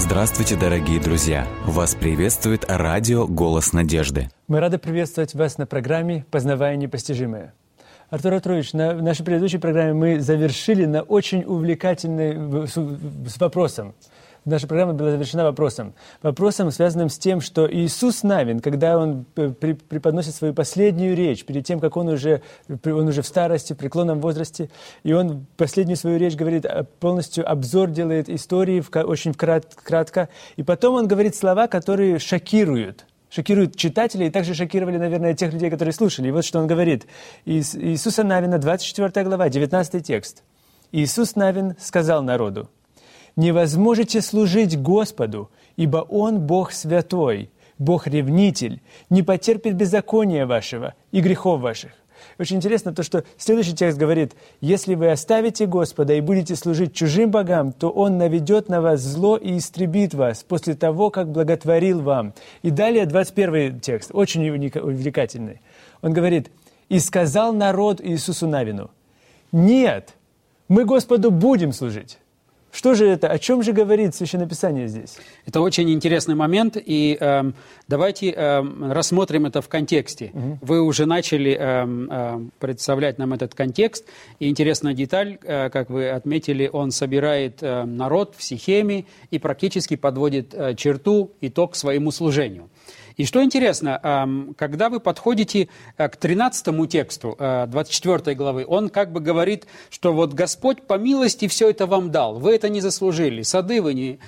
Здравствуйте, дорогие друзья! Вас приветствует радио «Голос надежды». Мы рады приветствовать вас на программе «Познавая непостижимое». Артур Артурович, на нашей предыдущей программе мы завершили на очень увлекательный с вопросом. Наша программа была завершена вопросом. Вопросом, связанным с тем, что Иисус Навин, когда Он преподносит свою последнюю речь, перед тем, как Он уже в старости, в преклонном возрасте, и Он последнюю свою речь говорит, полностью обзор делает истории, очень кратко, и потом Он говорит слова, которые шокируют читателей, и также шокировали, наверное, тех людей, которые слушали. И вот что Он говорит. Иисуса Навина, 24 глава, 19 текст. «Иисус Навин сказал народу: не возможете служить Господу, ибо Он Бог святой, Бог ревнитель, не потерпит беззакония вашего и грехов ваших». Очень интересно то, что следующий текст говорит: «Если вы оставите Господа и будете служить чужим богам, то Он наведет на вас зло и истребит вас после того, как благотворил вам». И далее 21 текст, очень увлекательный. Он говорит: «И сказал народ Иисусу Навину: нет, мы Господу будем служить». Что же это? О чем же говорит Священное Писание здесь? Это очень интересный момент, и давайте рассмотрим это в контексте. Вы уже начали представлять нам этот контекст, и интересная деталь, как вы отметили, он собирает народ в Сихеме и практически подводит черту, итог своему служению. И что интересно, когда вы подходите к 13 тексту 24 главы, он как бы говорит, что вот Господь по милости все это вам дал, вы это не заслужили, сады вы не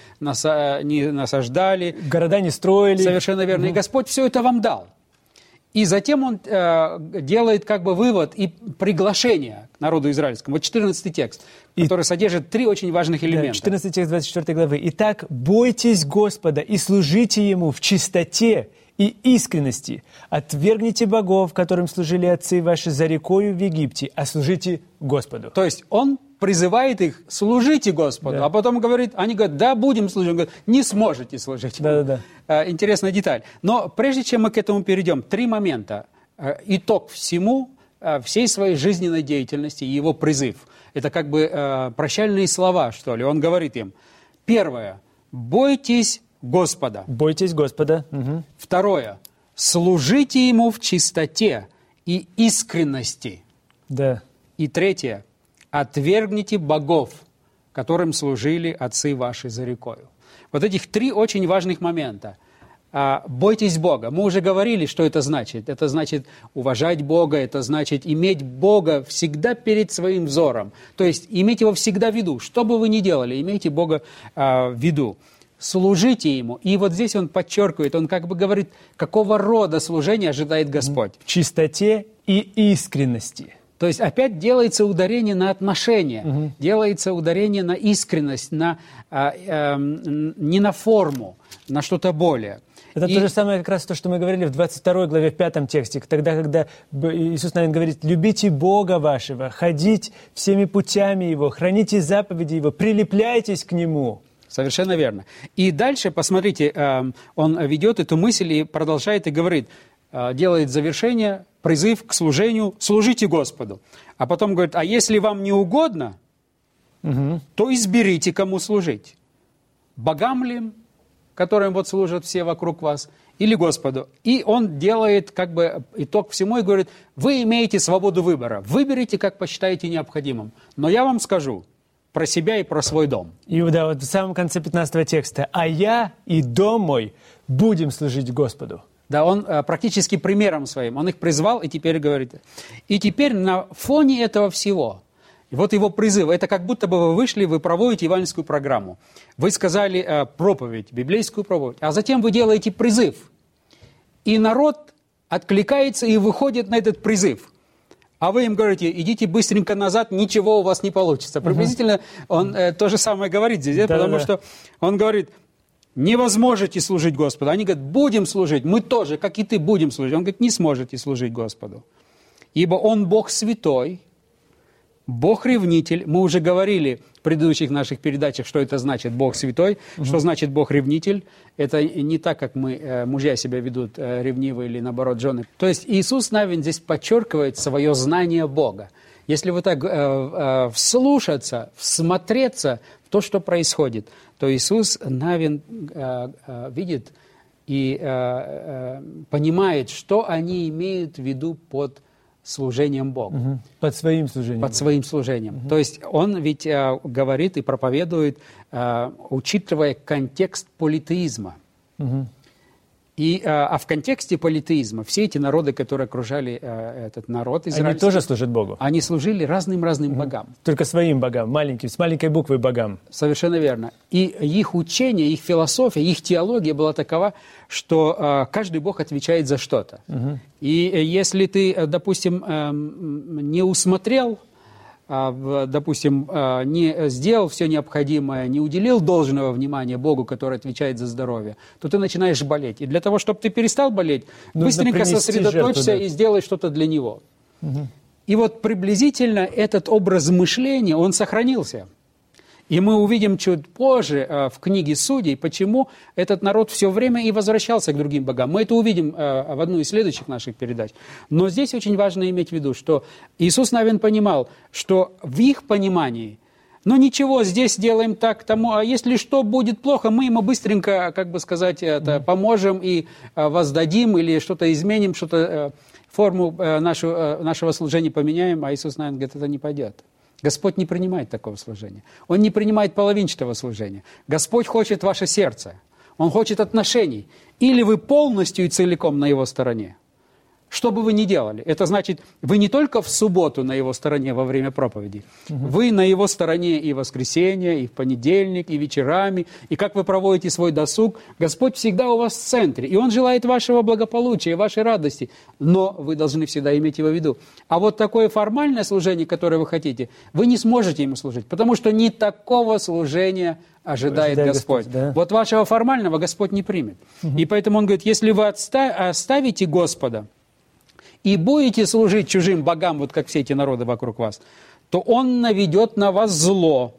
насаждали, города не строили. Совершенно верно, и Господь все это вам дал. И затем он делает как бы вывод и приглашение к народу израильскому. Вот 14 текст, который содержит 3 очень важных элемента. 14 текст 24 главы. «Итак, бойтесь Господа и служите Ему в чистоте и искренности. Отвергните богов, которым служили отцы ваши за рекою в Египте, а служите Господу». То есть он призывает их: служите Господу, да. А потом говорит, они говорят: да, будем служить. Он говорит: не сможете служить. Да. Интересная деталь. Но прежде чем мы к этому перейдем, 3 момента. Итог всему, всей своей жизненной деятельности и его призыв. Это как бы прощальные слова, что ли. Он говорит им: первое, бойтесь Господа. Бойтесь Господа. Угу. Второе, служите Ему в чистоте и искренности. Да. И третье, отвергните богов, которым служили отцы ваши за рекою. Вот этих 3 очень важных момента. Бойтесь Бога. Мы уже говорили, что это значит. Это значит уважать Бога, это значит иметь Бога всегда перед своим взором. То есть иметь Его всегда в виду. Что бы вы ни делали, имейте Бога в виду. Служите Ему. И вот здесь он подчеркивает, он как бы говорит, какого рода служение ожидает Господь. В чистоте и искренности. То есть опять делается ударение на отношения, делается ударение на искренность, не на форму, на что-то более. Это то же самое как раз то, что мы говорили в 22 главе, в 5 тексте, тогда, когда Иисус, наверное, говорит: «Любите Бога вашего, ходить всеми путями Его, храните заповеди Его, прилепляйтесь к Нему». Совершенно верно. И дальше, посмотрите, он ведет эту мысль и продолжает и говорит, делает завершение, призыв к служению: служите Господу. А потом говорит: а если вам не угодно, то изберите, кому служить. Богам ли, которым вот служат все вокруг вас, или Господу. И он делает как бы итог всему и говорит: вы имеете свободу выбора, выберите, как посчитаете необходимым. Но я вам скажу про себя и про свой дом. И да, вот в самом конце 15 текста: «А я и дом мой будем служить Господу». Да, он практически примером своим, он их призвал и теперь говорит. И теперь на фоне этого всего, вот его призыв, это как будто бы вы вышли, вы проводите евангельскую программу. Вы сказали проповедь, библейскую проповедь, а затем вы делаете призыв. И народ откликается и выходит на этот призыв. А вы им говорите: идите быстренько назад, ничего у вас не получится. Приблизительно он то же самое говорит здесь, потому что он говорит: не возможете служить Господу. Они говорят: будем служить, мы тоже, как и ты, будем служить. Он говорит: не сможете служить Господу. Ибо Он Бог святой, Бог-ревнитель. Мы уже говорили в предыдущих наших передачах, что это значит Бог святой, что значит Бог-ревнитель. Это не так, как мужья себя ведут ревнивые или, наоборот, жены. То есть Иисус Навин здесь подчеркивает свое знание Бога. Если вот так вслушаться, всмотреться то, что происходит, то Иисус Навин видит и понимает, что они имеют в виду под служением Богу. Под своим служением. Под своим служением. То есть он ведь говорит и проповедует, учитывая контекст политеизма. А в контексте политеизма все эти народы, которые окружали этот народ израильский, они тоже служат Богу. Они служили разным богам. Только своим богам, с маленькой буквы богам. Совершенно верно. И их учение, их философия, их теология была такова, что каждый бог отвечает за что-то. И если ты, допустим, не усмотрел, допустим, не сделал все необходимое, не уделил должного внимания Богу, который отвечает за здоровье, то ты начинаешь болеть. И для того, чтобы ты перестал болеть, быстренько сосредоточься жертву, и сделай что-то для него. И вот приблизительно этот образ мышления, он сохранился. И мы увидим чуть позже в книге Судей, почему этот народ все время и возвращался к другим богам. Мы это увидим в одной из следующих наших передач. Но здесь очень важно иметь в виду, что Иисус Навин понимал, что в их понимании, ну ничего, здесь делаем так, тому, а если что будет плохо, мы ему быстренько, как бы сказать, поможем и воздадим или что-то изменим, что-то форму нашего служения поменяем, а Иисус Навин говорит, это не пойдет. Господь не принимает такого служения. Он не принимает половинчатого служения. Господь хочет ваше сердце. Он хочет отношений. Или вы полностью и целиком на Его стороне. Что бы вы ни делали. Это значит, вы не только в субботу на Его стороне во время проповеди. Вы на Его стороне и в воскресенье, и в понедельник, и вечерами. И как вы проводите свой досуг. Господь всегда у вас в центре. И Он желает вашего благополучия, вашей радости. Но вы должны всегда иметь Его в виду. А вот такое формальное служение, которое вы хотите, вы не сможете Ему служить. Потому что не такого служения ожидает Господь. Да? Вот вашего формального Господь не примет. И поэтому Он говорит, если вы оставите Господа, и будете служить чужим богам, вот как все эти народы вокруг вас, то Он наведет на вас зло.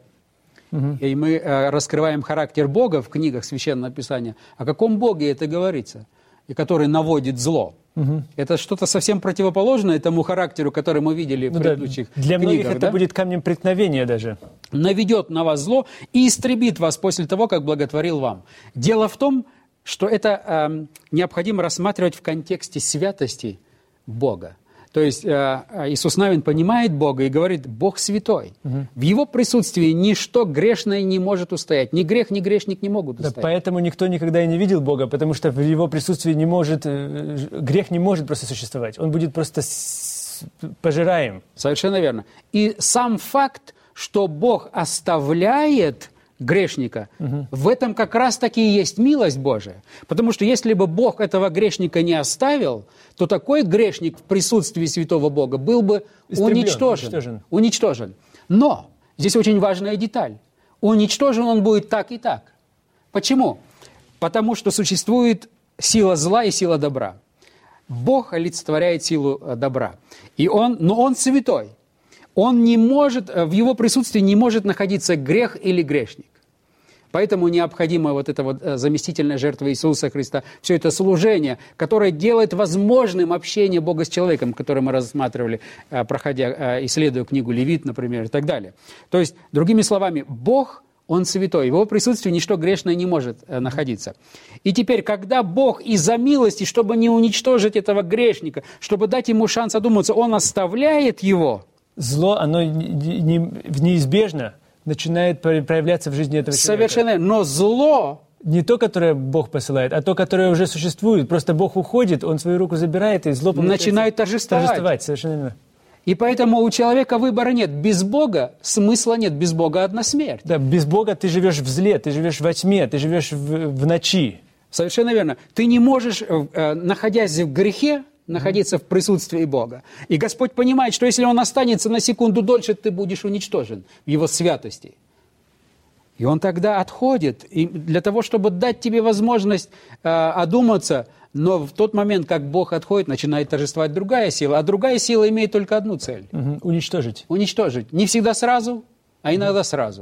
И мы раскрываем характер Бога в книгах Священного Писания. О каком Боге это говорится? И который наводит зло. Это что-то совсем противоположное тому характеру, который мы видели в предыдущих книгах. Для многих это будет камнем преткновения даже. Наведет на вас зло и истребит вас после того, как благотворил вам. Дело в том, что это необходимо рассматривать в контексте святости Бога. То есть Иисус Навин понимает Бога и говорит, Бог святой. В Его присутствии ничто грешное не может устоять. Ни грех, ни грешник не могут устоять. Да, поэтому никто никогда и не видел Бога, потому что в Его присутствии грех не может просто существовать. Он будет просто пожираем. Совершенно верно. И сам факт, что Бог оставляет грешника, в этом как раз-таки и есть милость Божия. Потому что если бы Бог этого грешника не оставил, то такой грешник в присутствии святого Бога был бы уничтожен. Но здесь очень важная деталь. Уничтожен он будет так и так. Почему? Потому что существует сила зла и сила добра. Бог олицетворяет силу добра. Но Он святой. Он не может, в Его присутствии не может находиться грех или грешник. Поэтому необходима вот эта вот заместительная жертва Иисуса Христа, все это служение, которое делает возможным общение Бога с человеком, которое мы рассматривали, исследуя книгу Левит, например, и так далее. То есть, другими словами, Бог, Он святой, в Его присутствии ничто грешное не может находиться. И теперь, когда Бог из-за милости, чтобы не уничтожить этого грешника, чтобы дать ему шанс одуматься, Он оставляет его. Зло, оно неизбежно начинает проявляться в жизни этого человека. Совершенно. Но зло... Не то, которое Бог посылает, а то, которое уже существует. Просто Бог уходит, Он свою руку забирает, и зло начинает торжествовать. Совершенно верно. И поэтому у человека выбора нет. Без Бога смысла нет. Без Бога одна смерть. Да, без Бога ты живешь в зле, ты живешь во тьме, ты живешь в ночи. Совершенно верно. Ты не можешь, находясь в грехе, находиться в присутствии Бога. И Господь понимает, что если Он останется на секунду дольше, ты будешь уничтожен в Его святости. И Он тогда отходит. И для того, чтобы дать тебе возможность одуматься, но в тот момент, как Бог отходит, начинает торжествовать другая сила. А другая сила имеет только одну цель. Уничтожить. Уничтожить. Не всегда сразу, а иногда сразу.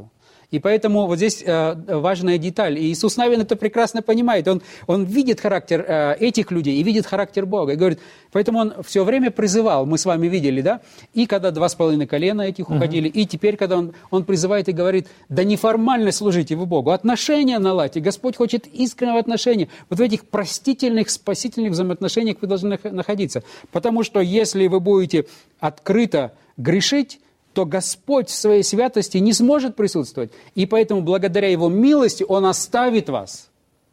И поэтому вот здесь важная деталь. И Иисус Навин это прекрасно понимает. Он видит характер этих людей и видит характер Бога. И говорит, поэтому он все время призывал, мы с вами видели, да? И когда 2,5 колена этих уходили, и теперь, когда он призывает и говорит, да неформально служите вы Богу, отношения наладьте. Господь хочет искреннего отношения. Вот в этих простительных, спасительных взаимоотношениях вы должны находиться. Потому что если вы будете открыто грешить, то Господь в своей святости не сможет присутствовать. И поэтому благодаря Его милости Он оставит вас.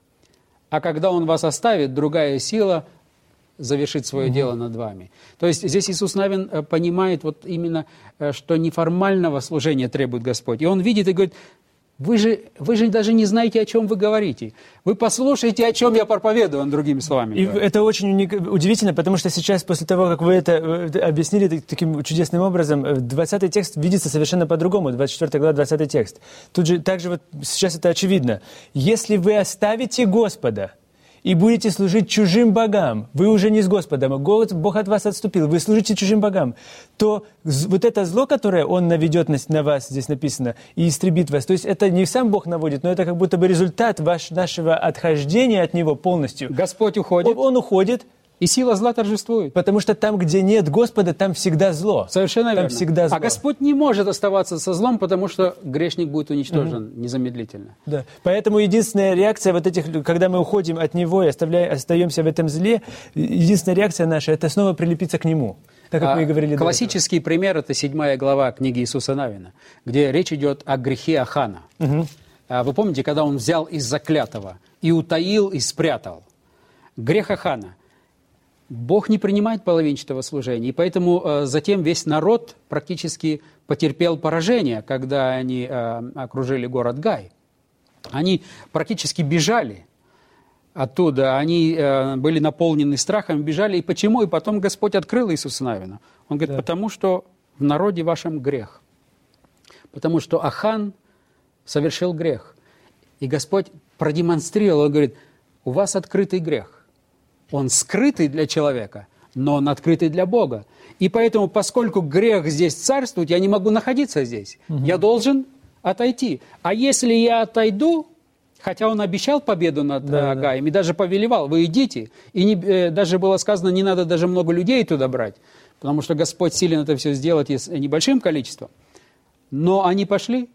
А когда Он вас оставит, другая сила завершит свое дело над вами. То есть здесь Иисус Навин понимает вот именно, что неформального служения требует Господь. И Он видит и говорит, вы же даже не знаете, о чем вы говорите. Вы послушайте, о чем я проповедую, он другими словами И говорит. это очень удивительно, потому что сейчас, после того, как вы это объяснили таким чудесным образом, 20-й текст видится совершенно по-другому, 24 глава, 20-й текст. Тут же также вот сейчас это очевидно. «Если вы оставите Господа и будете служить чужим богам, вы уже не с Господом, Бог от вас отступил, вы служите чужим богам, то вот это зло, которое Он наведет на вас, здесь написано, и истребит вас, то есть это не сам Бог наводит, но это как будто бы результат нашего отхождения от Него полностью. Господь уходит, Он уходит, и сила зла торжествует. потому что там, где нет Господа, там всегда зло. Совершенно верно. Там всегда зло. А Господь не может оставаться со злом, потому что грешник будет уничтожен незамедлительно. Да. Поэтому единственная реакция вот этих, когда мы уходим от Него и остаемся в этом зле, единственная реакция наша – это снова прилепиться к Нему. Так как мы и говорили до этого. Классический пример – это 7 глава книги Иисуса Навина, где речь идет о грехе Ахана. Вы помните, когда он взял из заклятого и утаил, и спрятал? Грех Ахана. Бог не принимает половинчатого служения, и поэтому затем весь народ практически потерпел поражение, когда они окружили город Гай. Они практически бежали оттуда, они были наполнены страхом, бежали. И почему? И потом Господь открыл Иисуса Навина. Он говорит, потому что в народе вашем грех. Потому что Ахан совершил грех. И Господь продемонстрировал, Он говорит, у вас открытый грех. Он скрытый для человека, но он открытый для Бога. И поэтому, поскольку грех здесь царствует, я не могу находиться здесь. Я должен отойти. А если я отойду, хотя он обещал победу над Гаем и даже повелевал, вы идите. И даже было сказано, не надо даже много людей туда брать, потому что Господь силен это все сделать небольшим количеством. Но они пошли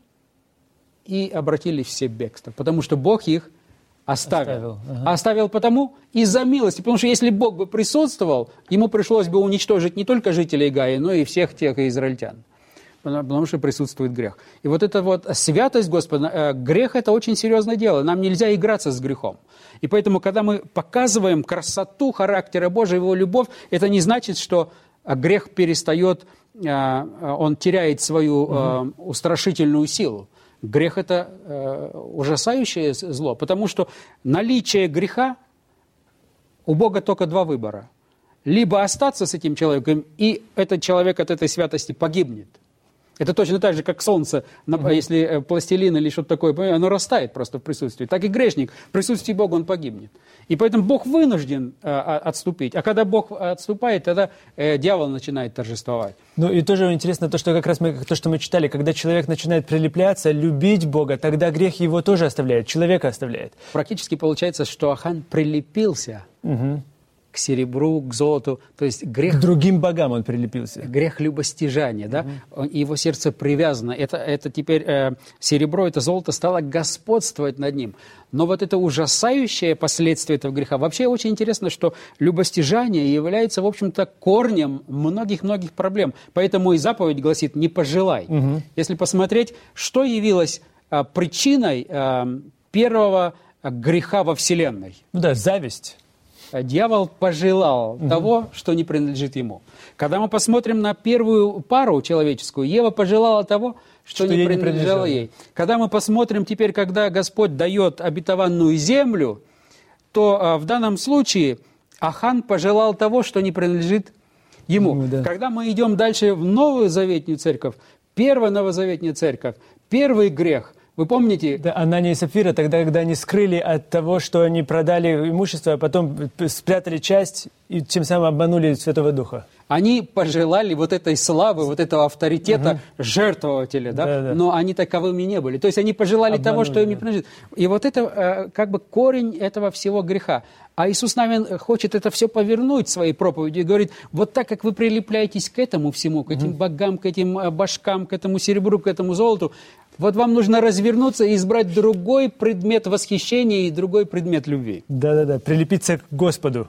и обратились все в бегство, потому что Бог их оставил. Оставил потому из-за милости. Потому что если Бог бы присутствовал, ему пришлось бы уничтожить не только жителей Гаи, но и всех тех израильтян. Потому что присутствует грех. И вот эта вот святость Господа, грех – это очень серьезное дело. Нам нельзя играться с грехом. И поэтому, когда мы показываем красоту характера Божия, Его любовь, это не значит, что грех перестает, он теряет свою устрашительную силу. Грех – это ужасающее зло, потому что наличие греха, у Бога только два выбора. Либо остаться с этим человеком, и этот человек от этой святости погибнет. Это точно так же, как солнце, если пластилин или что-то такое, оно растает просто в присутствии. Так и грешник, в присутствии Бога он погибнет. И поэтому Бог вынужден отступить. А когда Бог отступает, тогда дьявол начинает торжествовать. Ну и тоже интересно то, что как раз то, что мы читали, когда человек начинает прилепляться, любить Бога, тогда грех его тоже оставляет, человека оставляет. Практически получается, что Ахан прилепился к серебру, к золоту, то есть грех... К другим богам он прилепился. Грех любостяжания, да? Его сердце привязано. Это теперь серебро, это золото стало господствовать над ним. Но вот это ужасающее последствие этого греха. Вообще очень интересно, что любостяжание является, в общем-то, корнем многих-многих проблем. Поэтому и заповедь гласит «не пожелай». Если посмотреть, что явилось причиной первого греха во Вселенной. Ну да, зависть. Дьявол пожелал того, что не принадлежит ему. Когда мы посмотрим на первую пару человеческую, Ева пожелала того, что не принадлежало ей. Когда мы посмотрим теперь, когда Господь дает обетованную землю, то в данном случае Ахан пожелал того, что не принадлежит ему. Когда мы идем дальше в Новую Заветную Церковь, первая Новозаветная Церковь, первый грех – вы помните? Да, Анания и Сапфира, тогда, когда они скрыли от того, что они продали имущество, а потом спрятали часть и тем самым обманули Святого Духа. Они пожелали вот этой славы, вот этого авторитета жертвователя, да? Но они таковыми не были. То есть они пожелали того, что им не принадлежит. И вот это как бы корень этого всего греха. А Иисус Навин хочет это все повернуть в своей проповеди и говорит, вот так как вы прилепляетесь к этому всему, к этим богам, к этим башкам, к этому серебру, к этому золоту, вот вам нужно развернуться и избрать другой предмет восхищения и другой предмет любви. Да-да-да, прилепиться к Господу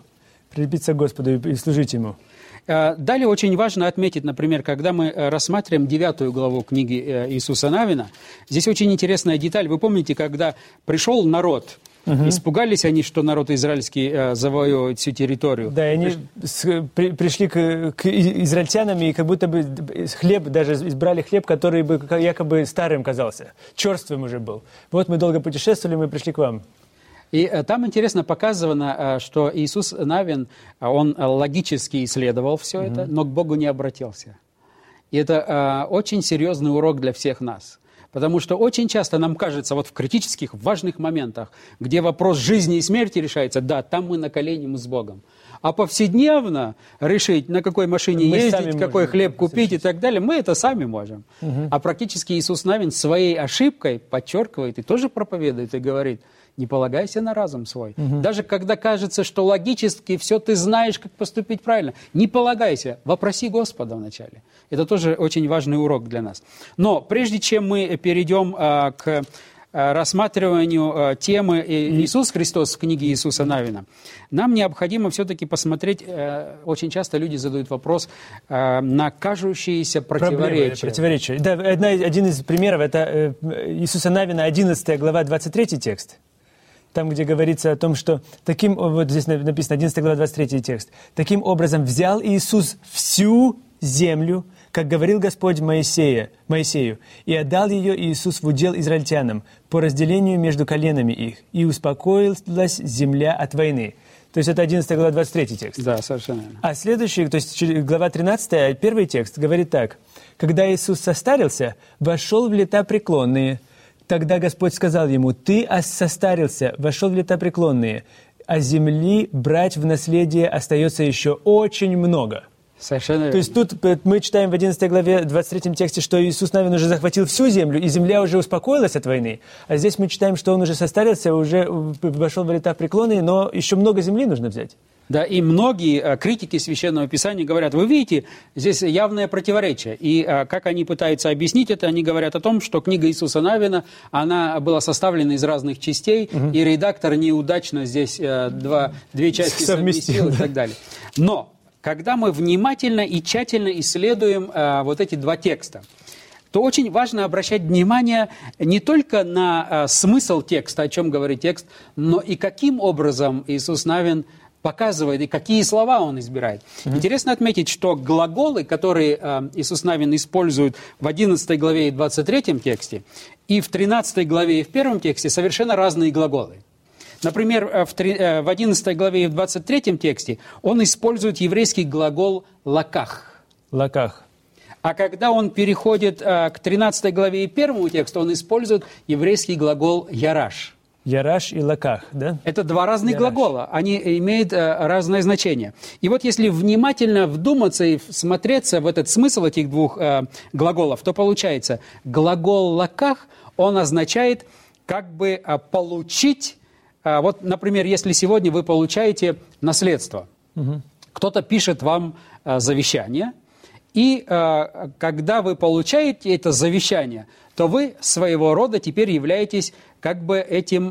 и служить Ему. Далее очень важно отметить, например, когда мы рассматриваем 9 главу книги Иисуса Навина, здесь очень интересная деталь. Вы помните, когда пришел народ, испугались они, что народ израильский завоевывает всю территорию. Да, и они пришли к израильтянам, и как будто бы хлеб, даже избрали хлеб, который бы якобы старым казался, черствым уже был. Вот мы долго путешествовали, мы пришли к вам. И там интересно показано, что Иисус Навин, он логически исследовал все это, но к Богу не обратился. И это очень серьезный урок для всех нас. Потому что очень часто нам кажется, вот в критических, важных моментах, где вопрос жизни и смерти решается, да, там мы на коленях с Богом. А повседневно решить, на какой машине ездить, какой хлеб купить и так далее, мы это сами можем. А практически Иисус Навин своей ошибкой подчеркивает и тоже проповедует и говорит, не полагайся на разум свой. Даже когда кажется, что логически все ты знаешь, как поступить правильно, не полагайся, вопроси Господа вначале. Это тоже очень важный урок для нас. Но прежде чем мы перейдем к рассматриванию темы «Иисус Христос» в книге Иисуса Навина, нам необходимо все-таки посмотреть, очень часто люди задают вопрос на кажущиеся противоречия. Да, один из примеров – это Иисуса Навина, 11 глава, 23 текст. Там, где говорится о том, что таким, вот здесь написано 11 глава, 23 текст. «Таким образом взял Иисус всю землю, как говорил Господь Моисею, и отдал ее Иисус в удел израильтянам по разделению между коленами их, и успокоилась земля от войны». То есть это 11 глава, 23 текст. Да, совершенно верно. А следующий, то есть глава 13, первый текст, говорит так. «Когда Иисус состарился, вошел в лета преклонные. Тогда Господь сказал ему, ты состарился, вошел в лета преклонные, а земли брать в наследие остается еще очень много». Совершенно верно. То есть тут мы читаем в 11 главе, 23 тексте, что Иисус Навин уже захватил всю землю, и земля уже успокоилась от войны. А здесь мы читаем, что он уже состарился, уже вошел в лета преклонные, но еще много земли нужно взять. Да, и многие критики Священного Писания говорят, вы видите, здесь явное противоречие. И как они пытаются объяснить это, они говорят о том, что книга Иисуса Навина, она была составлена из разных частей, и редактор неудачно здесь две части совместил и так далее. Но когда мы внимательно и тщательно исследуем вот эти два текста, то очень важно обращать внимание не только на смысл текста, о чем говорит текст, но и каким образом Иисус Навин показывает, и какие слова он избирает. Интересно отметить, что глаголы, которые Иисус Навин использует в 11 главе и 23 тексте, и в 13 главе и в 1 тексте, совершенно разные глаголы. Например, в 11 главе и в 23 тексте он использует еврейский глагол «лаках». «Лаках». А когда он переходит к 13 главе и 1 тексту, он использует еврейский глагол «яраш». Яраш и лаках, да? Это два разных глагола, они имеют разное значение. И вот если внимательно вдуматься и всмотреться в этот смысл этих двух глаголов, то получается, глагол «лаках», он означает как бы получить. Вот, например, если сегодня вы получаете наследство, кто-то пишет вам завещание, и когда вы получаете это завещание, то вы своего рода теперь являетесь как бы этим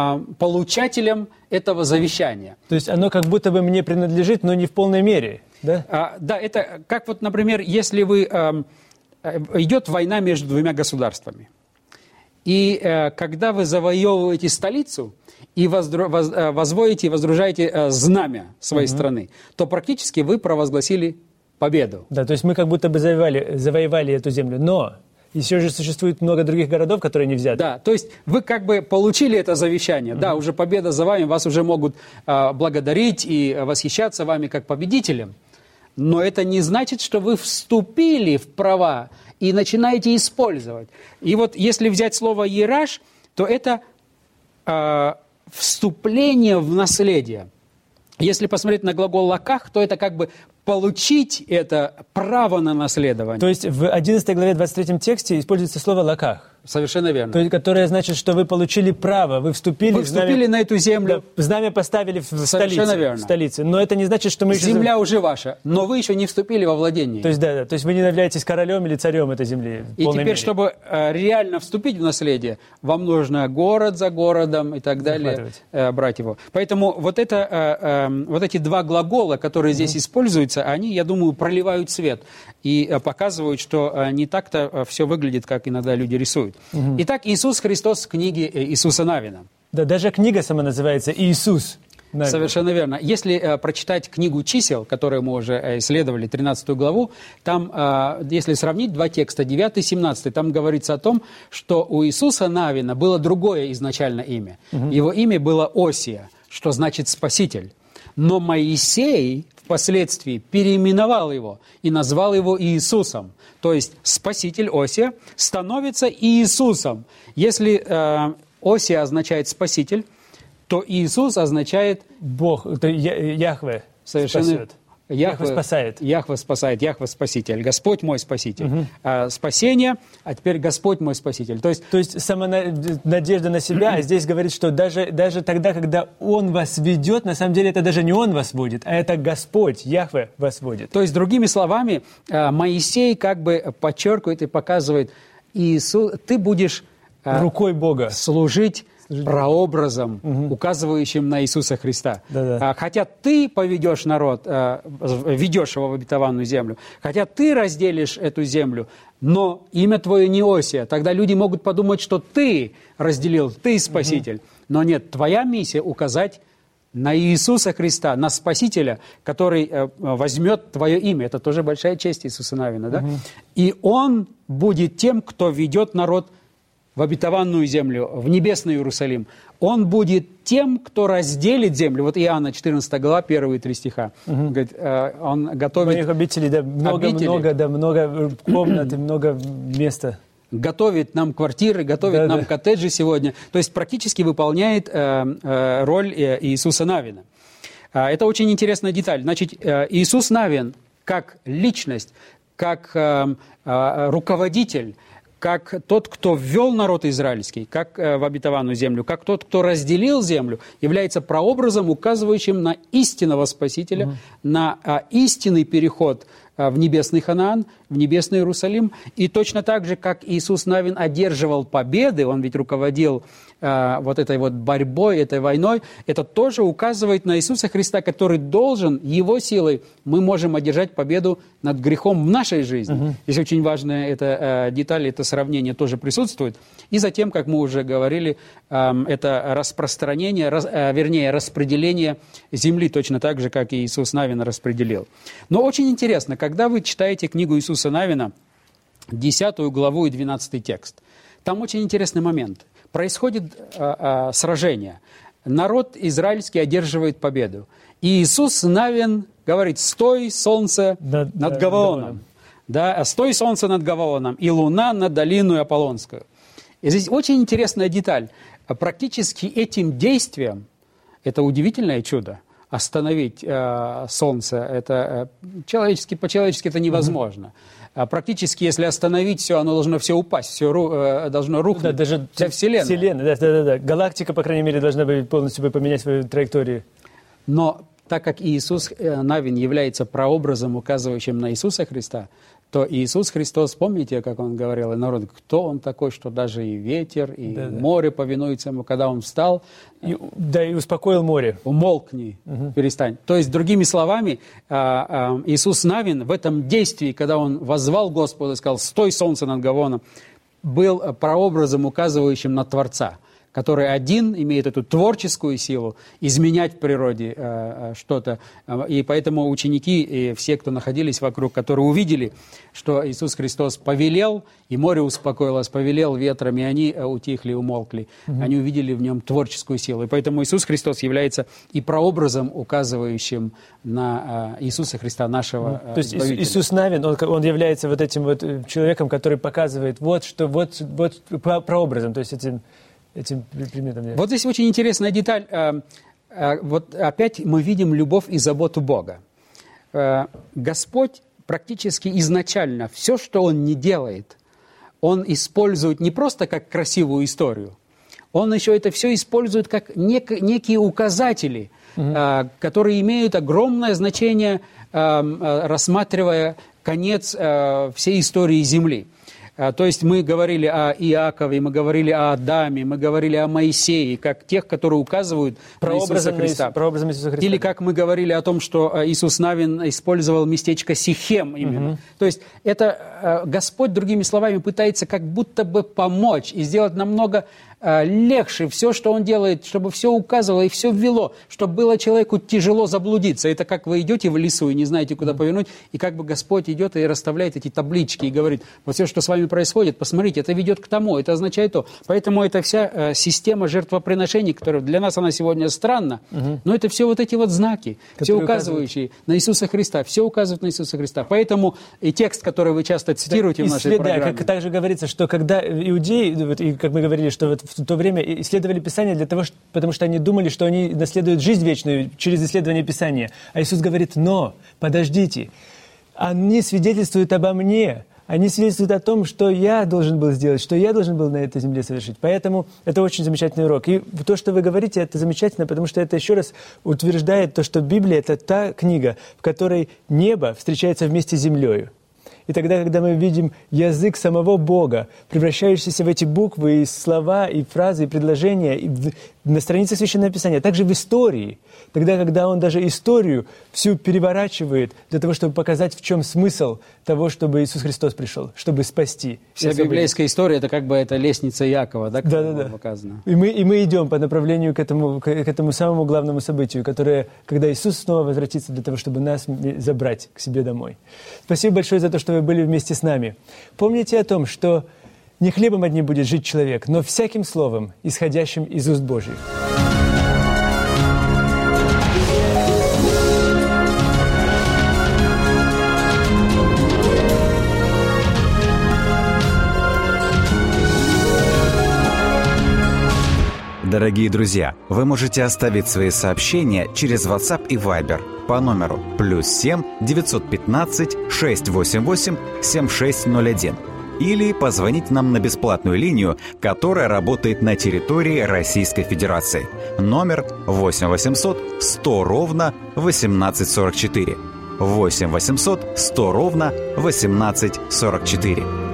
получателем этого завещания. То есть оно как будто бы мне принадлежит, но не в полной мере, да? Да, это как вот, например, если идет война между двумя государствами, и когда вы завоевываете столицу, и возводите и воздружаете знамя своей страны, то практически вы провозгласили победу. Да, то есть мы как будто бы завоевали эту землю, но еще же существует много других городов, которые не взяты. Да, то есть вы как бы получили это завещание, да, уже победа за вами, вас уже могут благодарить и восхищаться вами как победителем, но это не значит, что вы вступили в права и начинаете использовать. И вот если взять слово «яраш», то это вступление в наследие. Если посмотреть на глагол «лаках», то это как бы получить это право на наследование. То есть в 11 главе 23 тексте используется слово «лаках». Совершенно верно. То есть, которое значит, что вы получили право, вы вступили на эту землю. Да, знамя поставили в столице. Но это не значит, что мы еще... Земля уже ваша, но вы еще не вступили во владение. То есть, да, то есть вы не являетесь королем или царем этой земли. И теперь, мере. Чтобы реально вступить в наследие, вам нужно город за городом и так далее брать его. Поэтому вот эти два глагола, которые здесь используются, они, я думаю, проливают свет и показывают, что не так-то все выглядит, как иногда люди рисуют. Итак, Иисус Христос в книге Иисуса Навина. Да, даже книга сама называется «Иисус». Навин. Совершенно верно. Если прочитать книгу «Чисел», которую мы уже исследовали, 13 главу, там, если сравнить два текста, 9 и 17, там говорится о том, что у Иисуса Навина было другое изначально имя. Его имя было Осия, что значит «спаситель». Но Моисей впоследствии переименовал его и назвал его Иисусом. То есть спаситель Осия становится Иисусом. Если Осия означает спаситель, то Иисус означает Бог, это Яхве. Совершенно спасет. Яхве спасает. Яхве спасает, Яхве спаситель, Господь мой спаситель. Спасение, а теперь Господь мой спаситель. То есть сама надежда на себя, а здесь говорит, что даже тогда, когда Он вас ведет, на самом деле это даже не Он вас водит, а это Господь, Яхве вас водит. То есть, другими словами, Моисей как бы подчеркивает и показывает, Иисус, ты будешь рукой Бога служить прообразом, указывающим на Иисуса Христа. Хотя ты поведешь народ, ведешь его в обетованную землю, хотя ты разделишь эту землю, но имя твое не Осия. Тогда люди могут подумать, что ты разделил, ты спаситель. Но нет, твоя миссия указать на Иисуса Христа, на Спасителя, который возьмет твое имя. Это тоже большая честь Иисуса Навина. Да? И Он будет тем, кто ведет народ в обетованную землю, в небесный Иерусалим. Он будет тем, кто разделит землю. Вот Иоанна, 14 глава, 1 и 3 стиха. Говорит, он готовит... Моих обителей, да, много комнат и много места. Готовит нам квартиры, готовит нам коттеджи сегодня. То есть практически выполняет роль Иисуса Навина. Это очень интересная деталь. Значит, Иисус Навин как личность, как руководитель, как тот, кто ввел народ израильский, как в обетованную землю, как тот, кто разделил землю, является прообразом, указывающим на истинного Спасителя, на истинный переход в небесный Ханаан, в небесный Иерусалим. И точно так же, как Иисус Навин одерживал победы, он ведь руководил вот этой вот борьбой, этой войной, это тоже указывает на Иисуса Христа, который должен, его силой мы можем одержать победу над грехом в нашей жизни. Здесь очень важная эта деталь, это сравнение тоже присутствует. И затем, как мы уже говорили, это распространение, вернее, распределение земли, точно так же, как и Иисус Навин распределил. Но очень интересно, когда вы читаете книгу Иисуса Навина, 10 главу и 12 текст, там очень интересный момент. Происходит сражение. Народ израильский одерживает победу. И Иисус Навин говорит: «Стой, солнце, над Гаваоном». Да, «Стой, солнце, над Гаваоном, и луна над долиной Аполлонскую». И здесь очень интересная деталь. Практически этим действием, это удивительное чудо, остановить солнце, это по-человечески это невозможно. Практически, если остановить все, оно должно все упасть, все должно рухнуть. Да, даже вся Вселенная. Да. Галактика, по крайней мере, должна быть полностью поменять свою траекторию. Но так как Иисус Навин является прообразом, указывающим на Иисуса Христа, то Иисус Христос, помните, как Он говорил народу, кто Он такой, что даже и ветер, и море повинуются Ему, когда Он встал. И успокоил море. Умолкни, перестань. То есть, другими словами, Иисус Навин в этом действии, когда Он воззвал Господу и сказал: «Стой, солнце, над Гаваоном», был прообразом, указывающим на Творца, который один имеет эту творческую силу изменять в природе что-то. И поэтому ученики и все, кто находились вокруг, которые увидели, что Иисус Христос повелел, и море успокоилось, повелел ветрами, и они утихли, умолкли. Они увидели в нем творческую силу. И поэтому Иисус Христос является и прообразом, указывающим на Иисуса Христа, нашего То есть Иисус Навин, он является вот этим вот человеком, который показывает вот прообразом, то есть этим предметом. Вот здесь очень интересная деталь. Вот опять мы видим любовь и заботу Бога. Господь практически изначально все, что Он не делает, Он использует не просто как красивую историю, Он еще это все использует как некие указатели, которые имеют огромное значение, рассматривая конец всей истории Земли. То есть мы говорили о Иакове, мы говорили о Адаме, мы говорили о Моисее, как тех, которые указывают на Иисуса Христа. Прообразом Иисуса Христа. Или как мы говорили о том, что Иисус Навин использовал местечко Сихем именно. То есть это Господь, другими словами, пытается как будто бы помочь и сделать намного легче все, что Он делает, чтобы все указывало и все ввело, чтобы было человеку тяжело заблудиться. Это как вы идете в лесу и не знаете, куда повернуть, и как бы Господь идет и расставляет эти таблички и говорит, вот все, что с вами происходит, посмотрите, это ведет к тому, это означает то. Поэтому это вся система жертвоприношений, которая для нас она сегодня странна, но это все вот эти вот знаки, все указывающие на Иисуса Христа, все указывают на Иисуса Христа. Поэтому и текст, который вы часто цитируете в нашей программе. Как также говорится, что когда иудеи, вот, и как мы говорили, что вот в то время исследовали Писание для того, потому что они думали, что они наследуют жизнь вечную через исследование Писания. А Иисус говорит, но, подождите, они свидетельствуют обо мне, они свидетельствуют о том, что я должен был сделать, что я должен был на этой земле совершить. Поэтому это очень замечательный урок. И то, что вы говорите, это замечательно, потому что это еще раз утверждает то, что Библия – это та книга, в которой небо встречается вместе с землей. И тогда, когда мы видим язык самого Бога, превращающийся в эти буквы, и слова, и фразы, и предложения, и на странице Священного Писания, а также в истории, тогда, когда Он даже историю всю переворачивает для того, чтобы показать, в чем смысл того, чтобы Иисус Христос пришел, чтобы спасти. Вся библейская история – это как бы это лестница Иакова, да, как показано. И мы идем по направлению к этому самому главному событию, которое, когда Иисус снова возвратится для того, чтобы нас забрать к себе домой. Спасибо большое за то, что вы были вместе с нами. Помните о том, что не хлебом одним будет жить человек, но всяким словом, исходящим из уст Божьих. Дорогие друзья, вы можете оставить свои сообщения через WhatsApp и Viber по номеру +7 915 688 7601 или позвонить нам на бесплатную линию, которая работает на территории Российской Федерации. Номер 8 800 100 ровно 1844. 8 800 100 ровно 1844.